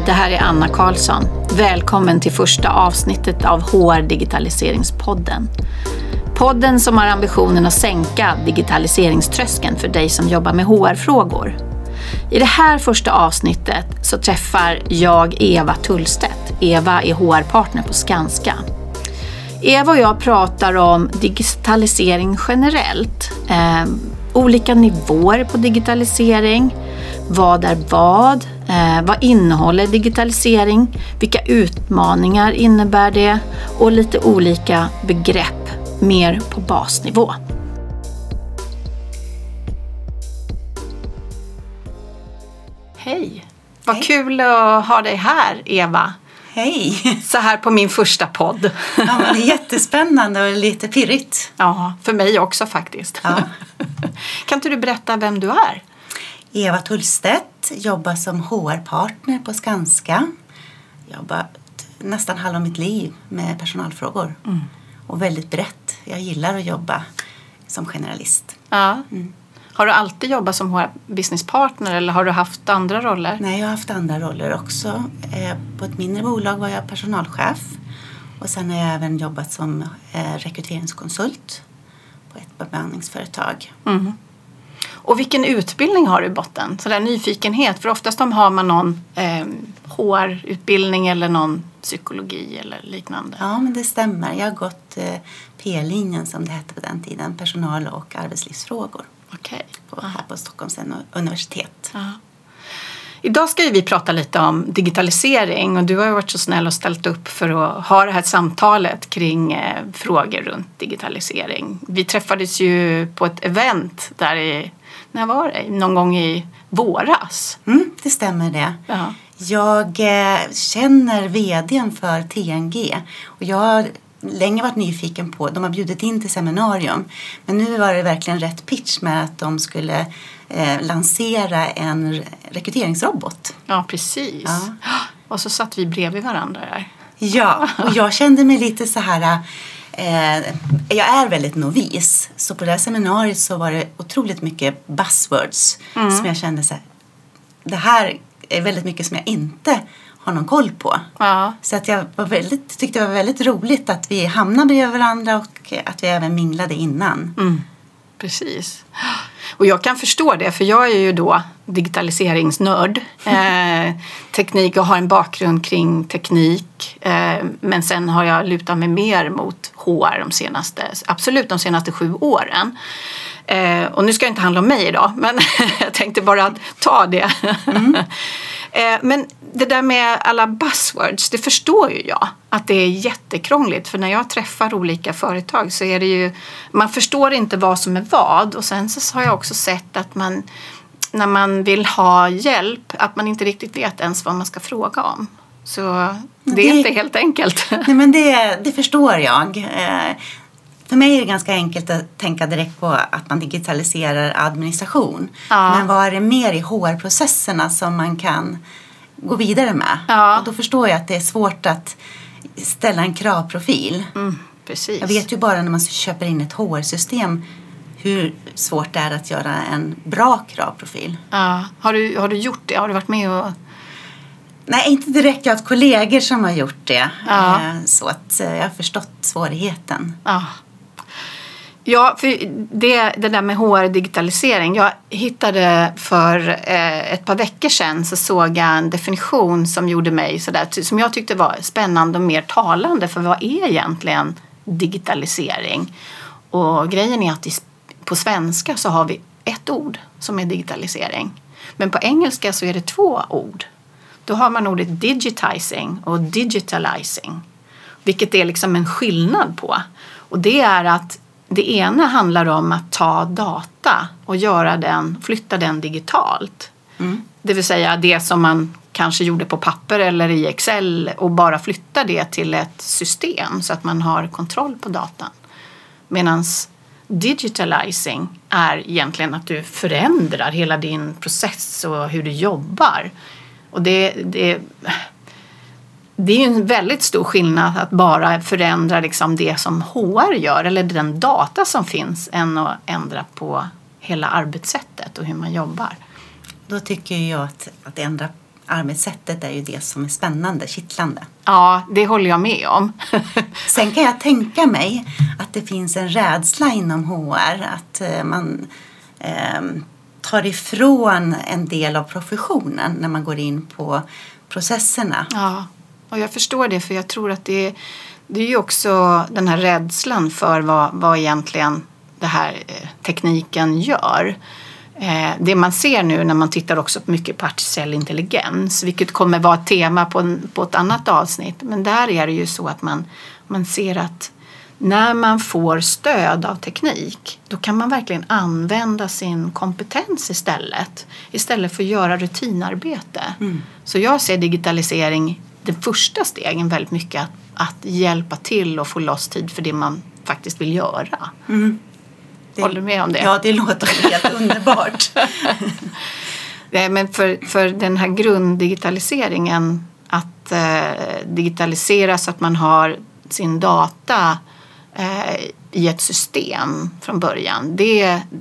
det här är Anna Karlsson. Välkommen till första avsnittet av HR Digitaliseringspodden. Podden som har ambitionen att sänka digitaliseringströskeln för dig som jobbar med HR-frågor. I det här första avsnittet så träffar jag Eva Tullstedt. Eva är HR-partner på Skanska. Eva och jag pratar om digitalisering generellt. Olika nivåer på digitalisering. Vad är vad? Vad innehåller digitalisering? Vilka utmaningar innebär det? Och lite olika begrepp mer på basnivå. Hej! Vad kul att ha dig här, Eva. Hej! Så här på min första podd. Ja, men det är jättespännande och lite pirrigt. Ja, för mig också faktiskt. Ja. Kan inte du berätta vem du är? Eva Tullstedt, jobbar som HR-partner på Skanska. Jobbat nästan halva mitt liv med personalfrågor. Och väldigt brett. Jag gillar att jobba som generalist. Ja. Har du alltid jobbat som HR-businesspartner eller har du haft andra roller? Nej, jag har haft andra roller också. På ett mindre bolag var jag personalchef. Och sen har jag även jobbat som rekryteringskonsult på ett bemanningsföretag. Och vilken utbildning har du i botten? Så där nyfikenhet, för oftast har man någon HR-utbildning eller någon psykologi eller liknande. Ja, men det stämmer. Jag har gått P-linjen som det hette på den tiden, personal- och arbetslivsfrågor. Okej. Här på Stockholms universitet. Ja. Idag ska vi prata lite om digitalisering och du har varit så snäll och ställt upp för att ha det här samtalet kring frågor runt digitalisering. Vi träffades ju på ett event där när var det? Någon gång i våras. Det stämmer det. Ja. Jag känner vdn för TNG och jag har länge varit nyfiken på, de har bjudit in till seminarium, men nu var det verkligen rätt pitch med att de skulle lansera en rekryteringsrobot. Ja, precis. Ja. Och så satt vi bredvid varandra där. Ja, och jag kände mig lite så här, jag är väldigt novis, så på det här seminariet så var det otroligt mycket buzzwords som jag kände så här, det här är väldigt mycket som jag inte har någon koll på. Ja. Så att jag tyckte det var väldigt roligt att vi hamnade bredvid varandra och att vi även minglade innan. Precis. Och jag kan förstå det, för jag är ju då digitaliseringsnörd. Teknik och har en bakgrund kring teknik. Men sen har jag lutat mig mer mot HR de senaste 7 åren. Och nu ska det inte handla om mig idag, men jag tänkte bara ta det. Men det där med alla buzzwords, det förstår ju jag att det är jättekrångligt. För när jag träffar olika företag så är det ju, man förstår inte vad som är vad. Och sen så har jag också sett att man, när man vill ha hjälp, att man inte riktigt vet ens vad man ska fråga om. Så det är inte helt enkelt. Nej, men det förstår jag. För mig är det ganska enkelt att tänka direkt på att man digitaliserar administration. Ja. Men vad är det mer i HR-processerna som man kan gå vidare med? Ja. Och då förstår jag att det är svårt att ställa en kravprofil. Precis. Jag vet ju bara när man köper in ett HR-system hur svårt det är att göra en bra kravprofil. Ja. Har du gjort det? Har du varit med och... Nej, inte direkt. Jag har haft kollegor som har gjort det. Ja. Så att jag har förstått svårigheten. Ja, för det där med HR-digitalisering. Jag hittade för ett par veckor sedan så såg jag en definition som gjorde mig sådär, som jag tyckte var spännande och mer talande. För vad är egentligen digitalisering? Och grejen är att på svenska så har vi ett ord som är digitalisering. Men på engelska så är det 2 ord. Då har man ordet digitizing och digitalizing. Vilket är liksom en skillnad på. Och det är att det ena handlar om att ta data och flytta den digitalt. Det vill säga det som man kanske gjorde på papper eller i Excel och bara flytta det till ett system så att man har kontroll på datan. Medan digitalizing är egentligen att du förändrar hela din process och hur du jobbar. Och det är ju en väldigt stor skillnad att bara förändra liksom det som HR gör eller den data som finns än att ändra på hela arbetssättet och hur man jobbar. Då tycker jag att ändra arbetssättet är ju det som är spännande, kittlande. Ja, det håller jag med om. Sen kan jag tänka mig att det finns en rädsla inom HR att man tar ifrån en del av professionen när man går in på processerna. Ja, och jag förstår det, för jag tror att det är ju också den här rädslan för vad egentligen det här tekniken gör. Det man ser nu när man tittar också mycket på artificiell intelligens, vilket kommer vara ett tema på ett annat avsnitt, men där är det ju så att man ser att när man får stöd av teknik, då kan man verkligen använda sin kompetens istället för att göra rutinarbete. Så jag ser digitalisering, den första stegen, väldigt mycket att hjälpa till och få loss tid för det man faktiskt vill göra. Håller du med om det? Ja, det låter helt underbart. Men för den här grunddigitaliseringen, att digitalisera så att man har sin data i ett system från början, det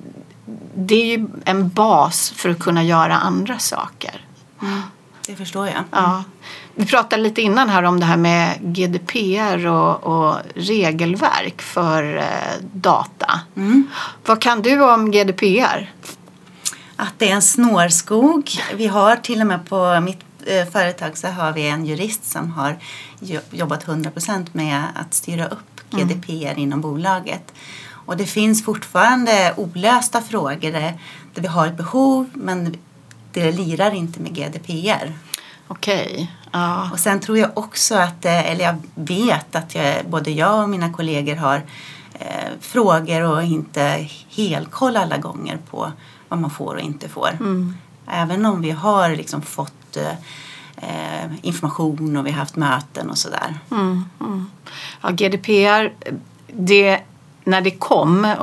är ju en bas för att kunna göra andra saker. Det förstår jag. Ja. Vi pratade lite innan här om det här med GDPR och regelverk för data. Vad kan du om GDPR? Att det är en snårskog. Vi har till och med på mitt företag så har vi en jurist som har jobbat 100% med att styra upp GDPR inom bolaget. Och det finns fortfarande olösta frågor där vi har ett behov, men det lirar inte med GDPR. Okej. Ja. Och sen tror jag också att, eller jag vet att både jag och mina kollegor har frågor och inte helkoll alla gånger på vad man får och inte får. Även om vi har liksom fått information och vi har haft möten och sådär. Ja, GDPR, när det kom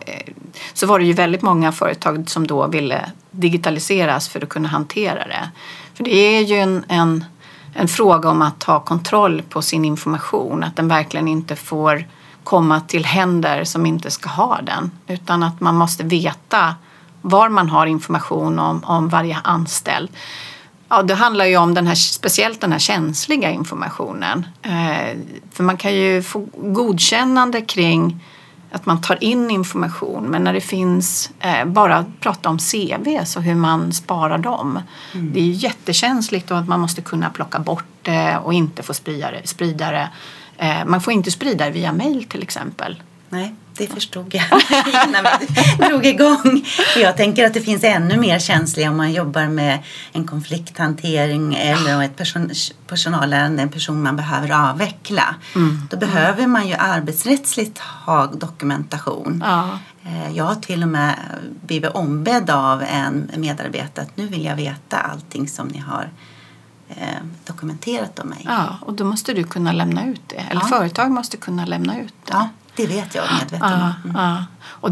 så var det ju väldigt många företag som då ville digitaliseras för att kunna hantera det. För det är ju en fråga om att ha kontroll på sin information. Att den verkligen inte får komma till händer som inte ska ha den. Utan att man måste veta var man har information om varje anställd. Ja, det handlar ju om speciellt den här känsliga informationen. För man kan ju få godkännande kring att man tar in information, men när det finns bara prata om CV, så hur man sparar dem. Det är ju jättekänsligt, och att man måste kunna plocka bort det och inte få sprida det. Man får inte sprida det via mail till exempel. Nej, det förstod jag innan vi drog igång. Jag tänker att det finns ännu mer känsliga om man jobbar med en konflikthantering eller ett personalärende, en person man behöver avveckla. Då behöver man ju arbetsrättsligt ha dokumentation. Ja. Jag har till och med blivit ombedd av en medarbetare att nu vill jag veta allting som ni har dokumenterat om mig. Ja, och då måste du kunna lämna ut det. Eller företag måste kunna lämna ut det. Ja, det vet jag medveten om. Ja. Och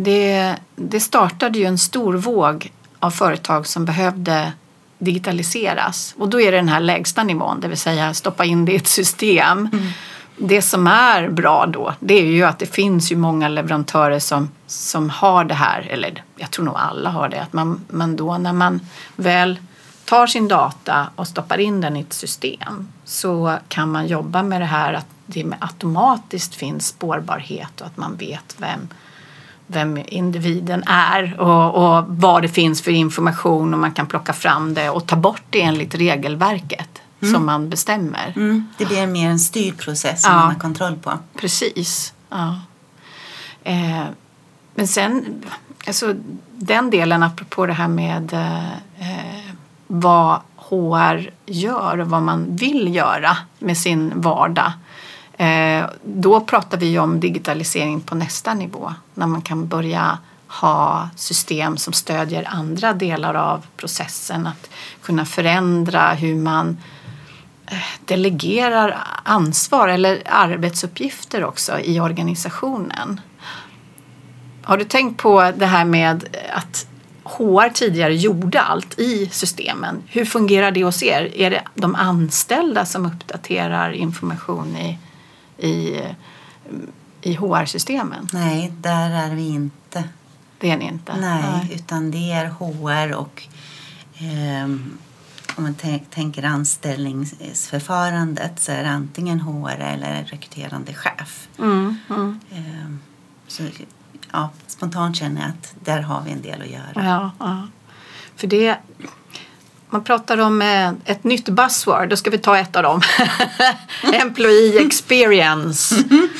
det startade ju en stor våg av företag som behövde digitaliseras. Och då är det den här lägsta nivån, det vill säga stoppa in det i ett system. Det som är bra då, det är ju att det finns ju många leverantörer som har det här, eller jag tror nog alla har det, att man då när man väl tar sin data och stoppar in den i ett system, så kan man jobba med det här att det automatiskt finns spårbarhet och att man vet vem individen är och vad det finns för information, och man kan plocka fram det och ta bort det enligt regelverket som man bestämmer. Det blir mer en styrd process som man har kontroll på. Precis. Ja. Men sen, alltså den delen apropå det här med vad HR gör och vad man vill göra med sin vardag. Då pratar vi om digitalisering på nästa nivå. När man kan börja ha system som stödjer andra delar av processen. Att kunna förändra hur man delegerar ansvar eller arbetsuppgifter också i organisationen. Har du tänkt på det här med att HR tidigare gjorde allt i systemen? Hur fungerar det hos er? Är det de anställda som uppdaterar information i HR-systemen? Nej, där är vi inte. Det är ni inte? Nej, utan det är HR och om man tänker anställningsförfarandet så är det antingen HR eller rekryterande chef. Så ja, spontant känner jag att där har vi en del att göra. Ja. För det, man pratar om ett nytt buzzword, då ska vi ta ett av dem. Employee experience.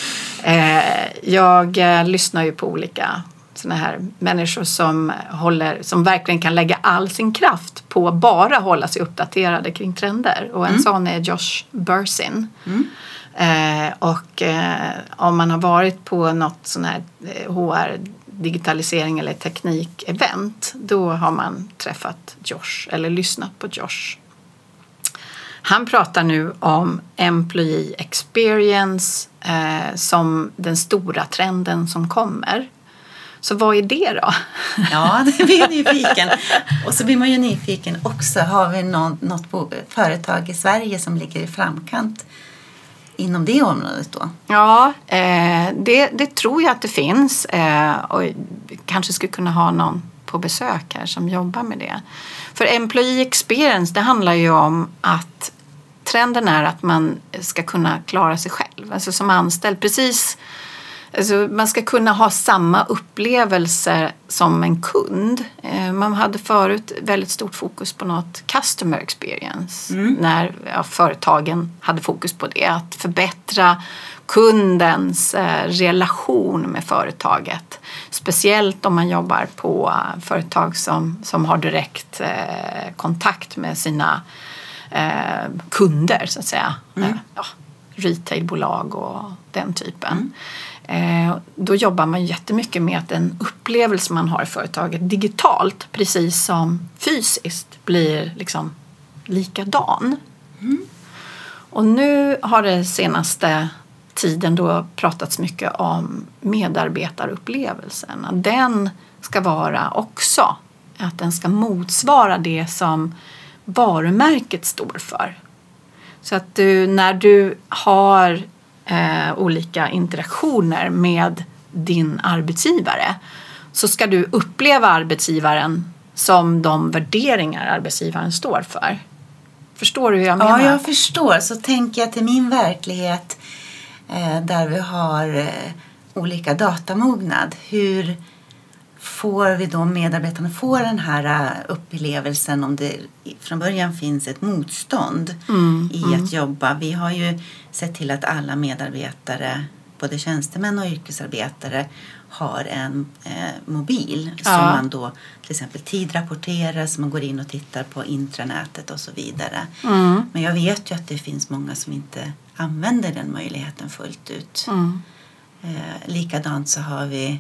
Jag lyssnar ju på olika såna här människor som verkligen kan lägga all sin kraft på bara hålla sig uppdaterade kring trender. Och en sån är Josh Bersin. Om man har varit på något sån här HR digitalisering eller teknik-event, då har man träffat Josh eller lyssnat på Josh. Han pratar nu om employee experience som den stora trenden som kommer. Så vad är det då? Ja, det blir jag nyfiken. Och så blir man ju nyfiken också. Har vi något företag i Sverige som ligger i framkant inom det området då? Ja, det tror jag att det finns. Och kanske skulle kunna ha någon på besök här som jobbar med det. För employee experience, det handlar ju om att trenden är att man ska kunna klara sig själv. Alltså som anställd, precis. Alltså man ska kunna ha samma upplevelse som en kund. Man hade förut väldigt stort fokus på något customer experience. När företagen hade fokus på det. Att förbättra kundens relation med företaget. Speciellt om man jobbar på företag som har direkt kontakt med sina kunder så att säga. Retailbolag och den typen. Då jobbar man jättemycket med att den upplevelse man har i företaget digitalt, precis som fysiskt, blir liksom likadan. Och nu har det senaste tiden då pratats mycket om medarbetarupplevelsen. Den ska vara också att den ska motsvara det som varumärket står för. Så att när du har olika interaktioner med din arbetsgivare så ska du uppleva arbetsgivaren som de värderingar arbetsgivaren står för. Förstår du hur jag menar? Ja, jag förstår. Så tänker jag till min verklighet där vi har olika datamognad. Hur får vi då medarbetarna få den här upplevelsen om det från början finns ett motstånd i att jobba. Vi har ju sett till att alla medarbetare, både tjänstemän och yrkesarbetare, har en mobil som man då till exempel tidrapporterar, som man går in och tittar på intranätet och så vidare. Men jag vet ju att det finns många som inte använder den möjligheten fullt ut. Likadant så har vi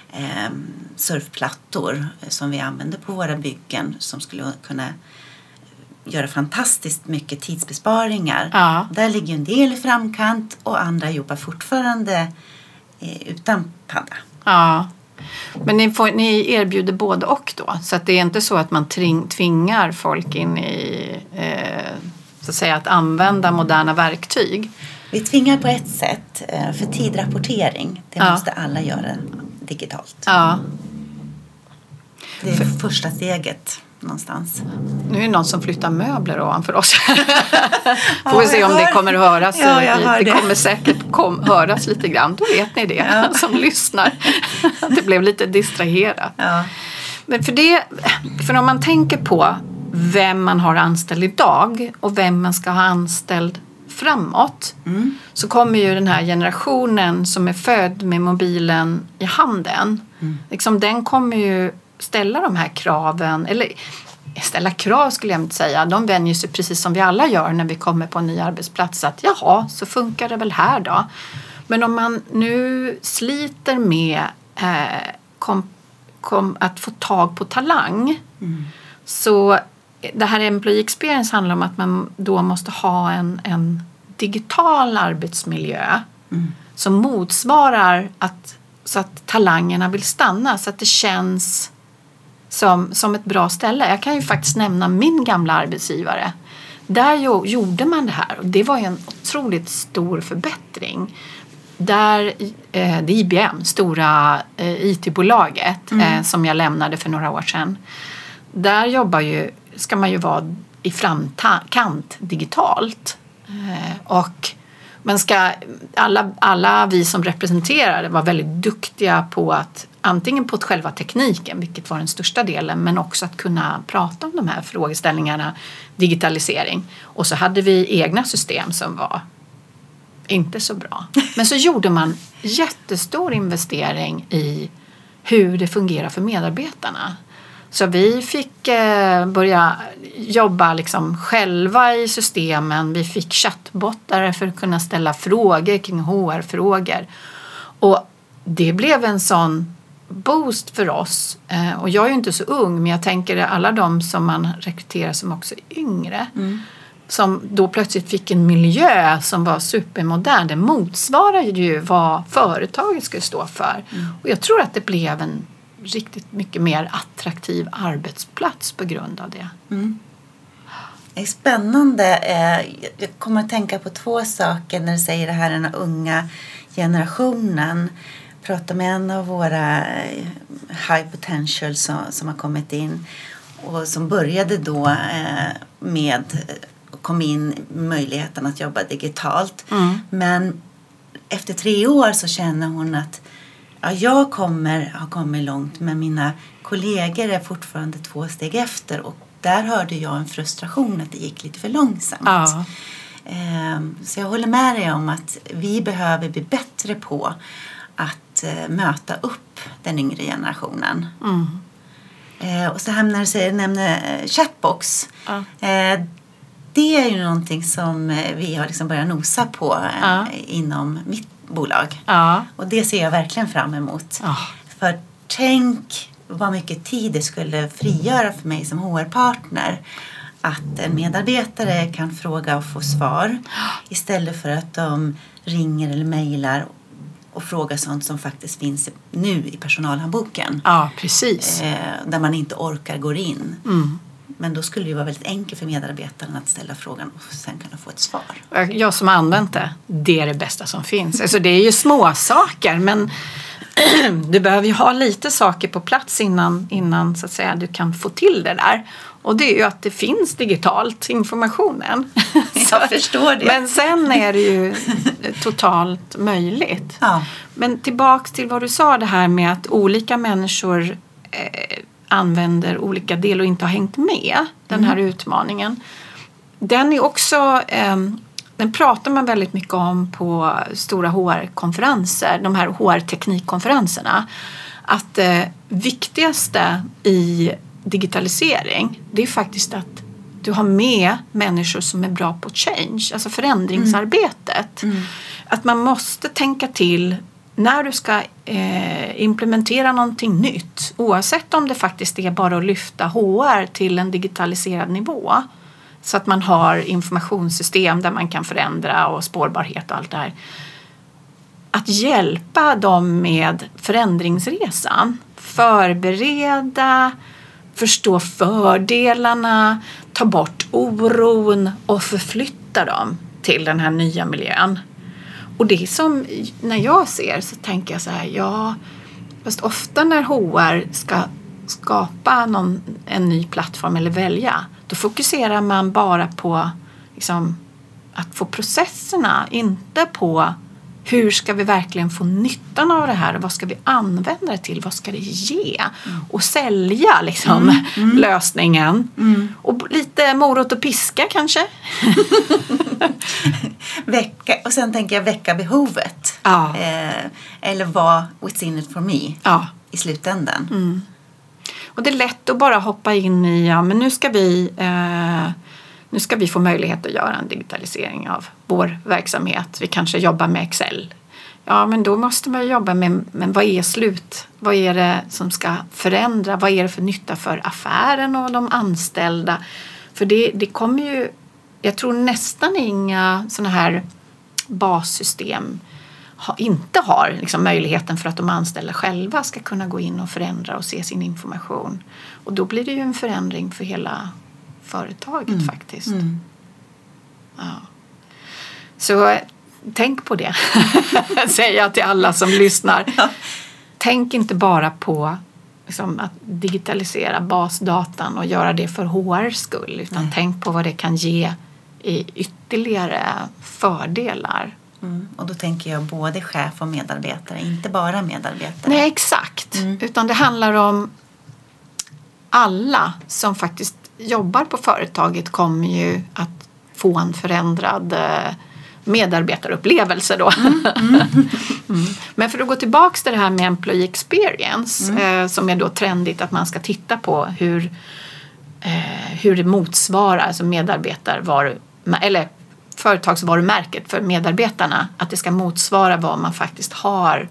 surfplattor som vi använder på våra byggen som skulle kunna göra fantastiskt mycket tidsbesparingar. Där ligger en del i framkant och andra jobbar fortfarande utan padda. Ja, men ni erbjuder både och då, så att det är inte så att man tvingar folk in i så att säga att använda moderna verktyg. Vi tvingar på ett sätt, för tidrapportering, det måste alla göra digitalt. Det är första steget någonstans. Nu är det någon som flyttar möbler ovanför oss. Får vi se om det kommer att höras. Det kommer säkert höras lite grann. Då vet ni det som lyssnar. Det blev lite distraherat. Men för om man tänker på vem man har anställd idag och vem man ska ha anställd framåt, så kommer ju den här generationen som är född med mobilen i handen. Liksom, den kommer ju ställa de här kraven, eller ställa krav skulle jag inte säga. De vänjer sig precis som vi alla gör när vi kommer på en ny arbetsplats, att jaha, så funkar det väl här då. Men om man nu sliter med att få tag på talang, så det här employee experience handlar om att man då måste ha en digital arbetsmiljö som motsvarar så att talangerna vill stanna, så att det känns som ett bra ställe. Jag kan ju faktiskt nämna min gamla arbetsgivare. Där gjorde man det här och det var ju en otroligt stor förbättring. Där det är IBM, stora IT-bolaget som jag lämnade för några år sedan. Där ska man ju vara i framkant digitalt. Men alla vi som representerade var väldigt duktiga på att antingen på själva tekniken, vilket var den största delen, men också att kunna prata om de här frågeställningarna, digitalisering. Och så hade vi egna system som var inte så bra. Men så gjorde man jättestor investering i hur det fungerar för medarbetarna. Så vi fick börja jobba liksom själva i systemen. Vi fick chattbottar för att kunna ställa frågor kring HR-frågor. Och det blev en sån boost för oss. Och jag är ju inte så ung, men jag tänker alla de som man rekryterar som också är yngre. Som då plötsligt fick en miljö som var supermodern. Det motsvarar ju vad företaget skulle stå för. Och jag tror att det blev en riktigt mycket mer attraktiv arbetsplats på grund av det. Det är spännande. Jag kommer att tänka på 2 saker när du säger det här, den här unga generationen. Jag pratade med en av våra high potential som har kommit in och som började då med kom in möjligheten att jobba digitalt. Men efter 3 år så känner hon att jag har kommit långt, men mina kollegor är fortfarande 2 steg efter. Och där hörde jag en frustration att det gick lite för långsamt. Så jag håller med dig om att vi behöver bli bättre på att möta upp den yngre generationen. Och så här när du nämner chatbox. Det är ju någonting som vi har liksom börjat nosa på inom mitt bolag. Och det ser jag verkligen fram emot. För tänk vad mycket tid det skulle frigöra för mig som HR-partner att en medarbetare kan fråga och få svar istället för att de ringer eller mejlar och frågar sånt som faktiskt finns nu i personalhandboken. Ja, precis. Där man inte orkar gå in. Men då skulle det vara väldigt enkelt för medarbetaren att ställa frågan och sen kunna få ett svar. Jag som har använt det är det bästa som finns. Alltså det är ju små saker, men du behöver ju ha lite saker på plats innan så att säga, du kan få till det där. Och det är ju att det finns digitalt informationen. Jag förstår det. Men sen är det ju totalt möjligt. Men tillbaks till vad du sa, det här med att olika människor använder olika delar och inte har hängt med den här utmaningen. Den är också, den pratar man väldigt mycket om på stora HR-konferenser, de här HR-teknikkonferenserna. Att viktigaste i digitalisering, det är faktiskt att du har med människor som är bra på change, alltså förändringsarbetet. Att man måste tänka till när du ska implementera någonting nytt, oavsett om det faktiskt är bara att lyfta HR till en digitaliserad nivå, så att man har informationssystem där man kan förändra och spårbarhet och allt det här. Att hjälpa dem med förändringsresan, förbereda, förstå fördelarna, ta bort oron och förflytta dem till den här nya miljön. Och det som, när jag ser så tänker jag så här, fast ofta när HR ska skapa en ny plattform eller välja, då fokuserar man bara på liksom, att få processerna, inte på hur ska vi verkligen få nyttan av det här och vad ska vi använda det till, vad ska det ge och sälja liksom lösningen. Och lite morot och piska kanske. Och sen tänker jag väcka behovet. Eller vad what's in it for me i slutändan. Och det är lätt att bara hoppa in i, men nu ska vi få möjlighet att göra en digitalisering av vår verksamhet. Vi kanske jobbar med Excel. Ja, men då måste man jobba med, men vad är slut? Vad är det som ska förändra? Vad är det för nytta för affären och de anställda? För det kommer ju, jag tror nästan inga såna här bassystem inte har liksom möjligheten för att de anställda själva ska kunna gå in och förändra och se sin information. Och då blir det ju en förändring för hela företaget faktiskt. Så tänk på det, säger jag till alla som lyssnar. Tänk inte bara på liksom, att digitalisera basdatan och göra det för HRs skull. Utan tänk på vad det kan ge i ytterligare fördelar. Och då tänker jag både chef och medarbetare, inte bara medarbetare. Nej, exakt. Utan det handlar om alla som faktiskt jobbar på företaget kommer ju att få en förändrad medarbetarupplevelse då. Men för att gå tillbaka till det här med employee experience som är då trendigt att man ska titta på hur det motsvarar alltså eller företagsvarumärket för medarbetarna, att det ska motsvara vad man faktiskt har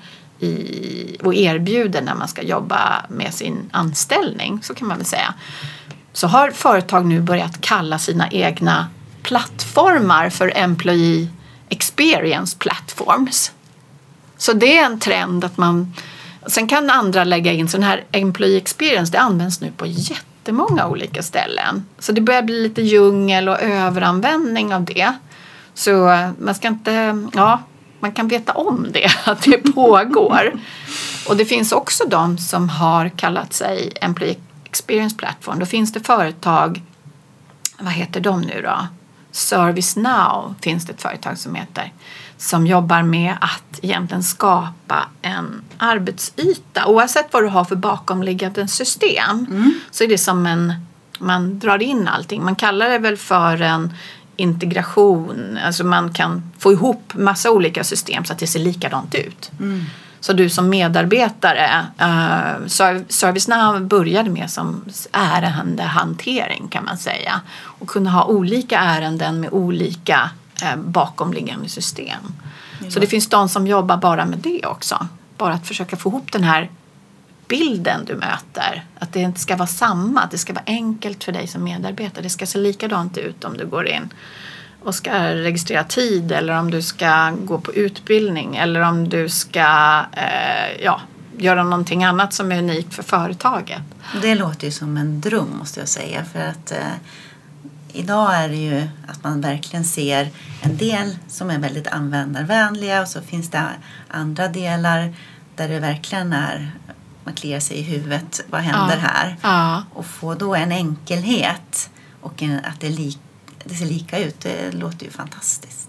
och erbjuder när man ska jobba med sin anställning, så kan man väl säga. Så har företag nu börjat kalla sina egna plattformar för employee experience platforms. Så det är en trend att sen kan andra lägga in sån här employee experience, det används nu på jättemånga olika ställen. Så det börjar bli lite djungel och överanvändning av det. Så man ska inte, man kan veta om det, att det pågår. Och det finns också de som har kallat sig employee experience platform. Då finns det företag, vad heter de nu då? ServiceNow finns det ett företag som heter, som jobbar med att egentligen skapa en arbetsyta. Oavsett vad du har för bakomliggande system så är det som man drar in allting. Man kallar det väl för en integration. Alltså man kan få ihop massa olika system så att det ser likadant ut. Så du som medarbetare, ServiceNow började med som ärendehantering kan man säga. Och kunna ha olika ärenden med olika bakomliggande system. Så det finns de som jobbar bara med det också. Bara att försöka få ihop den här bilden du möter. Att det inte ska vara samma, att det ska vara enkelt för dig som medarbetare. Det ska se likadant ut om du går in och ska registrera tid, eller om du ska gå på utbildning, eller om du ska göra någonting annat som är unikt för företaget. Det låter ju som en dröm, måste jag säga, för att idag är det ju att man verkligen ser en del som är väldigt användarvänliga, och så finns det andra delar där det verkligen är, man kliar sig i huvudet, vad händer här? Ja. Och få då en enkelhet och att det ser lika ut, det låter ju fantastiskt.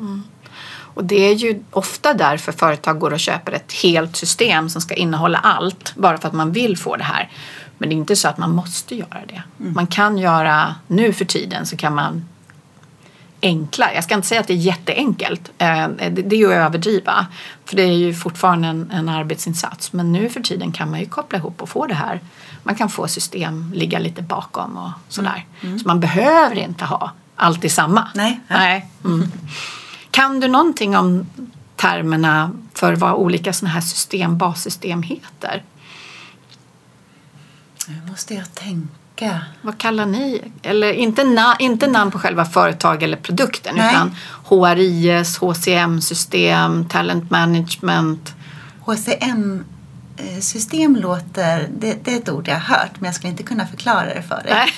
Och det är ju ofta därför företag går och köper ett helt system som ska innehålla allt, bara för att man vill få det här. Men det är inte så att man måste göra det. Man kan göra, nu för tiden så kan man enklare. Jag ska inte säga att det är jätteenkelt. Det är ju att överdriva. För det är ju fortfarande en arbetsinsats. Men nu för tiden kan man ju koppla ihop och få det här. Man kan få system ligga lite bakom och sådär. Så man behöver inte ha allt samma. Nej. Kan du någonting om termerna för vad olika sådana här bassystem heter? Nu måste jag tänka. Vad kallar ni? Eller inte namn på själva företag eller produkten. Nej. Utan HRIS, HCM-system, talent management. HCM-system låter, det är ett ord jag har hört, men jag skulle inte kunna förklara det för dig.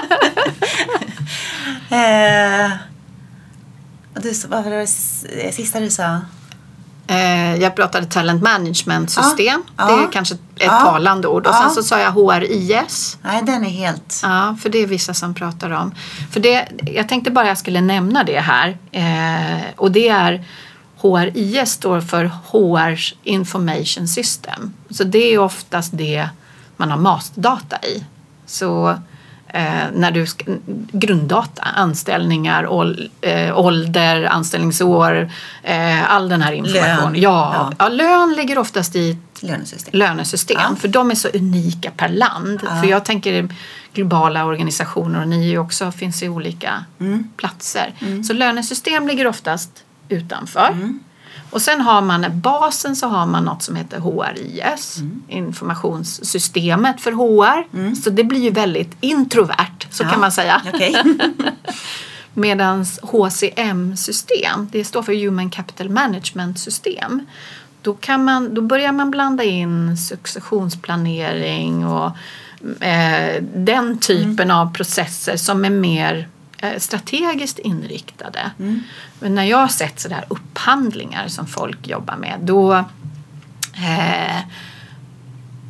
Vad var det sista du sa? Jag pratade talent management system. Det är kanske ett talande ord. Och sen så sa jag HRIS. Nej, den är helt... Ja, för det är vissa som pratar om. Jag tänkte bara jag skulle nämna det här. Och det är HRIS står för HR's Information System. Så det är oftast det man har mastdata i. Så när du grunddata, anställningar, ålder, anställningsår, all den här informationen. Ja, lön ligger oftast i ett lönesystem. För de är så unika per land. För jag tänker globala organisationer, och ni också finns i olika platser. Så lönesystem ligger oftast utanför. Och sen har man basen, så har man något som heter HRIS, informationssystemet för HR. Så det blir ju väldigt introvert, så kan man säga. Okay. Medans HCM-system, det står för Human Capital Management System. Då börjar man blanda in successionsplanering och den typen av processer som är mer strategiskt inriktade. Men när jag har sett sådär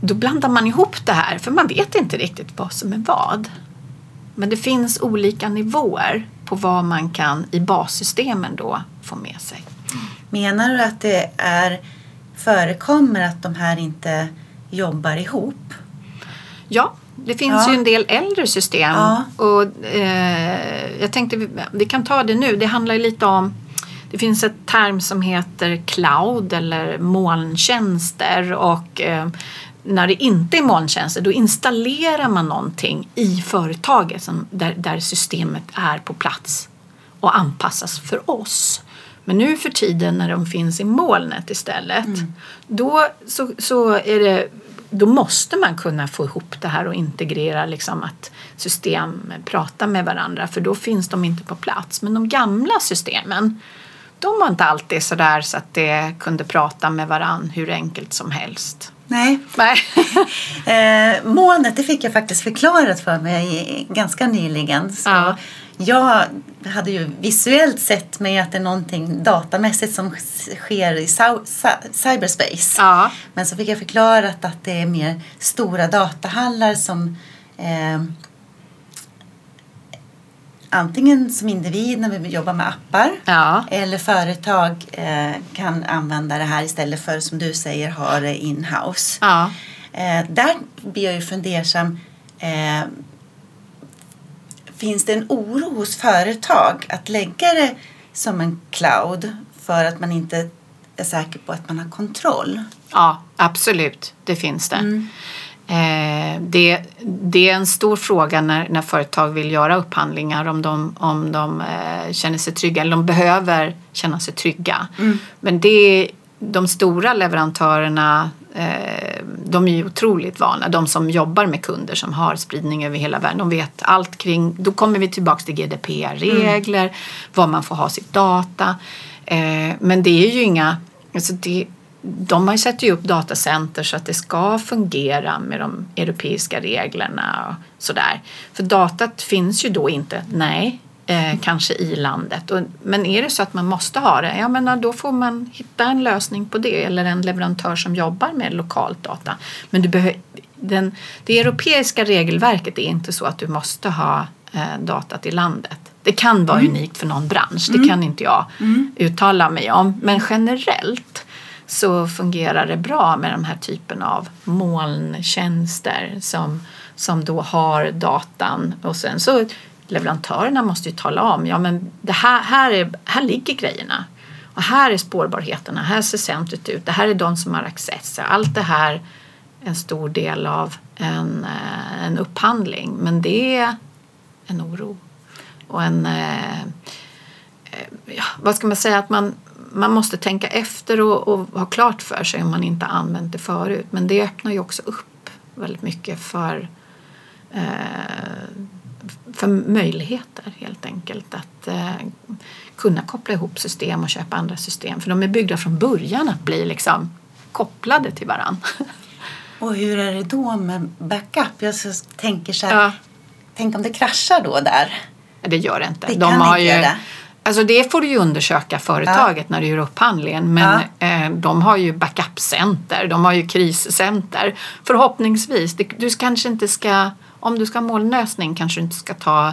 då blandar man ihop det här, för man vet inte riktigt vad som är vad. Men det finns olika nivåer på vad man kan i bassystemen då få med sig. Menar du att det förekommer att de här inte jobbar ihop? Ja, det finns ju en del äldre system. Ja. Och jag tänkte vi kan ta det nu. Det handlar ju lite om, det finns ett term som heter cloud eller molntjänster, och när det inte är molntjänster då installerar man någonting i företaget där systemet är på plats och anpassas för oss. Men nu för tiden när de finns i molnet istället, då måste man kunna få ihop det här och integrera liksom att system pratar med varandra, för då finns de inte på plats. Men de gamla systemen, de var inte alltid så där så att det kunde prata med varandra hur enkelt som helst. Nej. Molnet, det fick jag faktiskt förklarat för mig ganska nyligen. Så jag hade ju visuellt sett mig att det är någonting datamässigt som sker i cyberspace. Ja. Men så fick jag förklarat att det är mer stora datahallar som antingen som individ när vi jobbar med appar eller företag kan använda det här istället för, som du säger, ha det in-house. Ja. Där blir jag ju fundersam. Finns det en oro hos företag att lägga det som en cloud för att man inte är säker på att man har kontroll? Ja, absolut. Det finns det. Det är en stor fråga när företag vill göra upphandlingar, om de känner sig trygga eller de behöver känna sig trygga. Men de stora leverantörerna, de är ju otroligt vana. De som jobbar med kunder som har spridning över hela världen, de vet allt kring, då kommer vi tillbaka till GDPR-regler, var man får ha sitt data. Men det är ju inga, alltså de har ju upp datacenter så att det ska fungera med de europeiska reglerna och sådär. För datat finns ju då inte, kanske i landet. Men är det så att man måste ha det, jag menar, då får man hitta en lösning på det, eller en leverantör som jobbar med lokalt data. Men det europeiska regelverket är inte så att du måste ha datat i landet. Det kan vara unikt för någon bransch, det kan inte jag uttala mig om. Men generellt så fungerar det bra med de här typen av molntjänster som då har datan, och sen så leverantörerna måste ju tala om, men det här ligger grejerna, och här är spårbarheterna, här ser centret ut, det här är de som har access. Allt det här är en stor del av en upphandling, men det är en oro och vad ska man säga, att man måste tänka efter och ha klart för sig om man inte använt det förut. Men det öppnar ju också upp väldigt mycket för möjligheter helt enkelt att kunna koppla ihop system och köpa andra system. För de är byggda från början att bli liksom kopplade till varann. Och hur är det då med backup? Jag tänker så här, tänk om det kraschar då där? Det gör det inte. Det kan inte göra det. Alltså det får du ju undersöka företaget när du gör upphandlingen. Men de har ju backupcenter, de har ju kriscenter. Förhoppningsvis, du kanske inte ska, om du ska ha molnlösning kanske du inte ska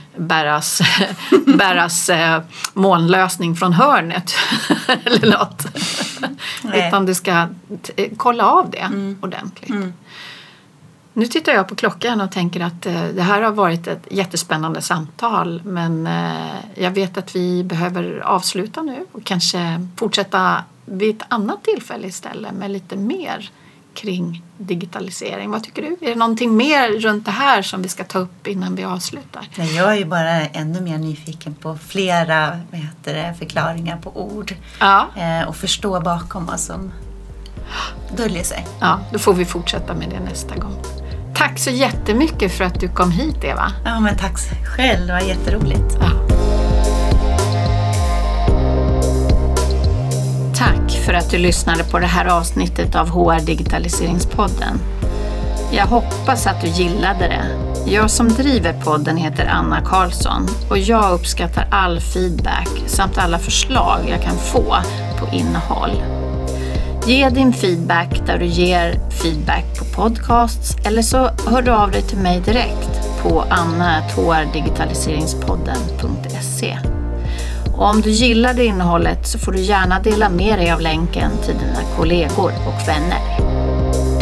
bäras molnlösning från hörnet eller något. Utan du ska kolla av det ordentligt. Nu tittar jag på klockan och tänker att det här har varit ett jättespännande samtal, men jag vet att vi behöver avsluta nu och kanske fortsätta vid ett annat tillfälle istället med lite mer kring digitalisering. Vad tycker du? Är det någonting mer runt det här som vi ska ta upp innan vi avslutar? Nej, jag är ju bara ännu mer nyfiken på flera förklaringar på ord och förstå bakom vad som döljer sig. Ja, då får vi fortsätta med det nästa gång. Tack så jättemycket för att du kom hit, Eva. Ja, men tack själv. Det var jätteroligt. Ja. Tack för att du lyssnade på det här avsnittet av HR Digitaliseringspodden. Jag hoppas att du gillade det. Jag som driver podden heter Anna Karlsson och jag uppskattar all feedback samt alla förslag jag kan få på innehåll. Ge din feedback där du ger feedback på podcasts eller så hör du av dig till mig direkt på anna@hrdigitaliseringspodden.se. Och om du gillade innehållet så får du gärna dela med dig av länken till dina kollegor och vänner.